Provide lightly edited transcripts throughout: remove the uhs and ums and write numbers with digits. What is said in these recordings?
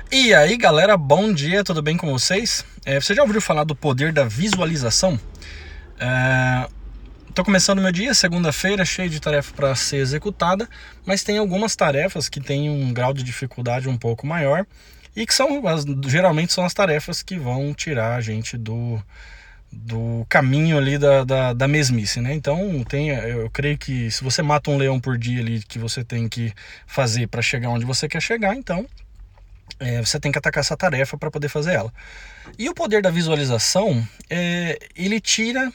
E aí galera, bom dia, tudo bem com vocês? Você já ouviu falar do poder da visualização? Tô começando meu dia, segunda-feira, cheio de tarefa para ser executada, mas tem algumas tarefas que têm um grau de dificuldade um pouco maior e que geralmente são as tarefas que vão tirar a gente do caminho ali da mesmice, né? Então eu creio que se você mata um leão por dia ali que você tem que fazer para chegar onde você quer chegar, então você tem que atacar essa tarefa para poder fazer ela. E o poder da visualização, ele tira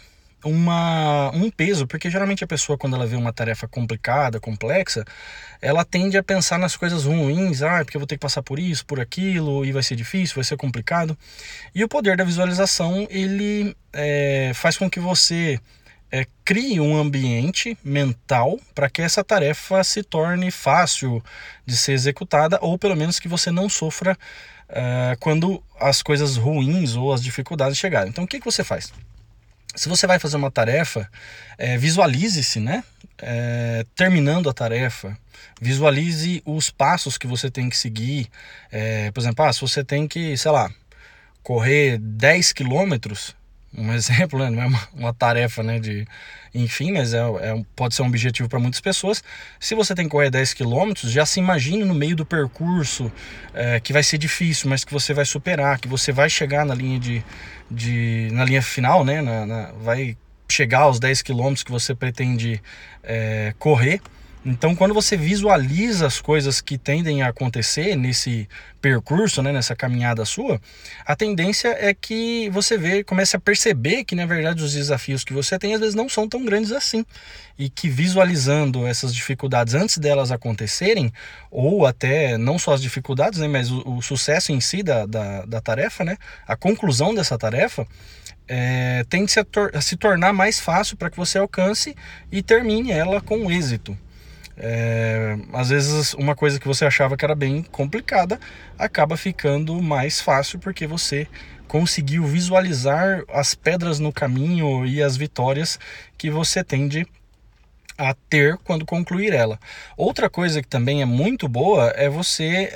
um peso, porque geralmente a pessoa, quando ela vê uma tarefa complicada, complexa, ela tende a pensar nas coisas ruins, porque eu vou ter que passar por isso, por aquilo, e vai ser difícil, vai ser complicado. E o poder da visualização, ele faz com que você crie um ambiente mental para que essa tarefa se torne fácil de ser executada, ou pelo menos que você não sofra quando as coisas ruins ou as dificuldades chegarem. Então o que você faz? Se você vai fazer uma tarefa, visualize-se, né? Terminando a tarefa, visualize os passos que você tem que seguir. Por exemplo, se você tem que, sei lá, correr 10 quilômetros, um exemplo, né? Não é uma tarefa, né, enfim, mas pode ser um objetivo para muitas pessoas. Se você tem que correr 10 quilômetros, já se imagine no meio do percurso, que vai ser difícil, mas que você vai superar, que você vai chegar na linha na linha final, né? Vai chegar aos 10 quilômetros que você pretende correr. Então, quando você visualiza as coisas que tendem a acontecer nesse percurso, né, nessa caminhada sua, a tendência é que você comece a perceber que, na verdade, os desafios que você tem, às vezes, não são tão grandes assim. E que visualizando essas dificuldades antes delas acontecerem, ou até não só as dificuldades, né, mas o sucesso em si da tarefa, né, a conclusão dessa tarefa, tende a se tornar mais fácil para que você alcance e termine ela com êxito. Às vezes uma coisa que você achava que era bem complicada acaba ficando mais fácil porque você conseguiu visualizar as pedras no caminho e as vitórias que você tende a ter quando concluir ela. Outra coisa que também é muito boa é você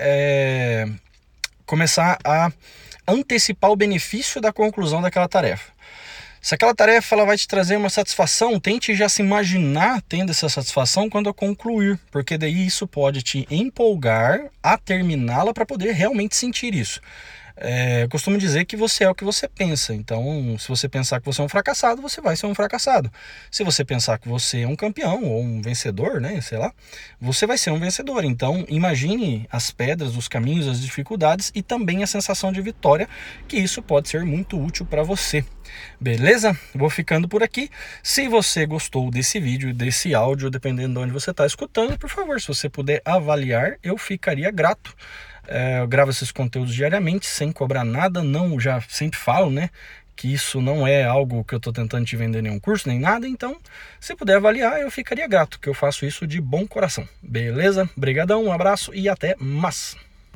começar a antecipar o benefício da conclusão daquela tarefa. Se aquela tarefa ela vai te trazer uma satisfação, tente já se imaginar tendo essa satisfação quando eu concluir, porque daí isso pode te empolgar a terminá-la para poder realmente sentir isso. Eu costumo dizer que você é o que você pensa. Então, se você pensar que você é um fracassado, você vai ser um fracassado. Se você pensar que você é um campeão ou um vencedor, né, sei lá, você vai ser um vencedor. Então, imagine as pedras, os caminhos, as dificuldades e também a sensação de vitória, que isso pode ser muito útil para você. Beleza? Vou ficando por aqui. Se você gostou desse vídeo, desse áudio, dependendo de onde você está escutando, por favor, se você puder avaliar, eu ficaria grato. Eu gravo esses conteúdos diariamente, sem cobrar nada. Não, já sempre falo, né, que isso não é algo que eu estou tentando te vender nenhum curso, nem nada. Então, se puder avaliar, eu ficaria grato, que eu faço isso de bom coração. Beleza? Obrigadão, um abraço e até mais.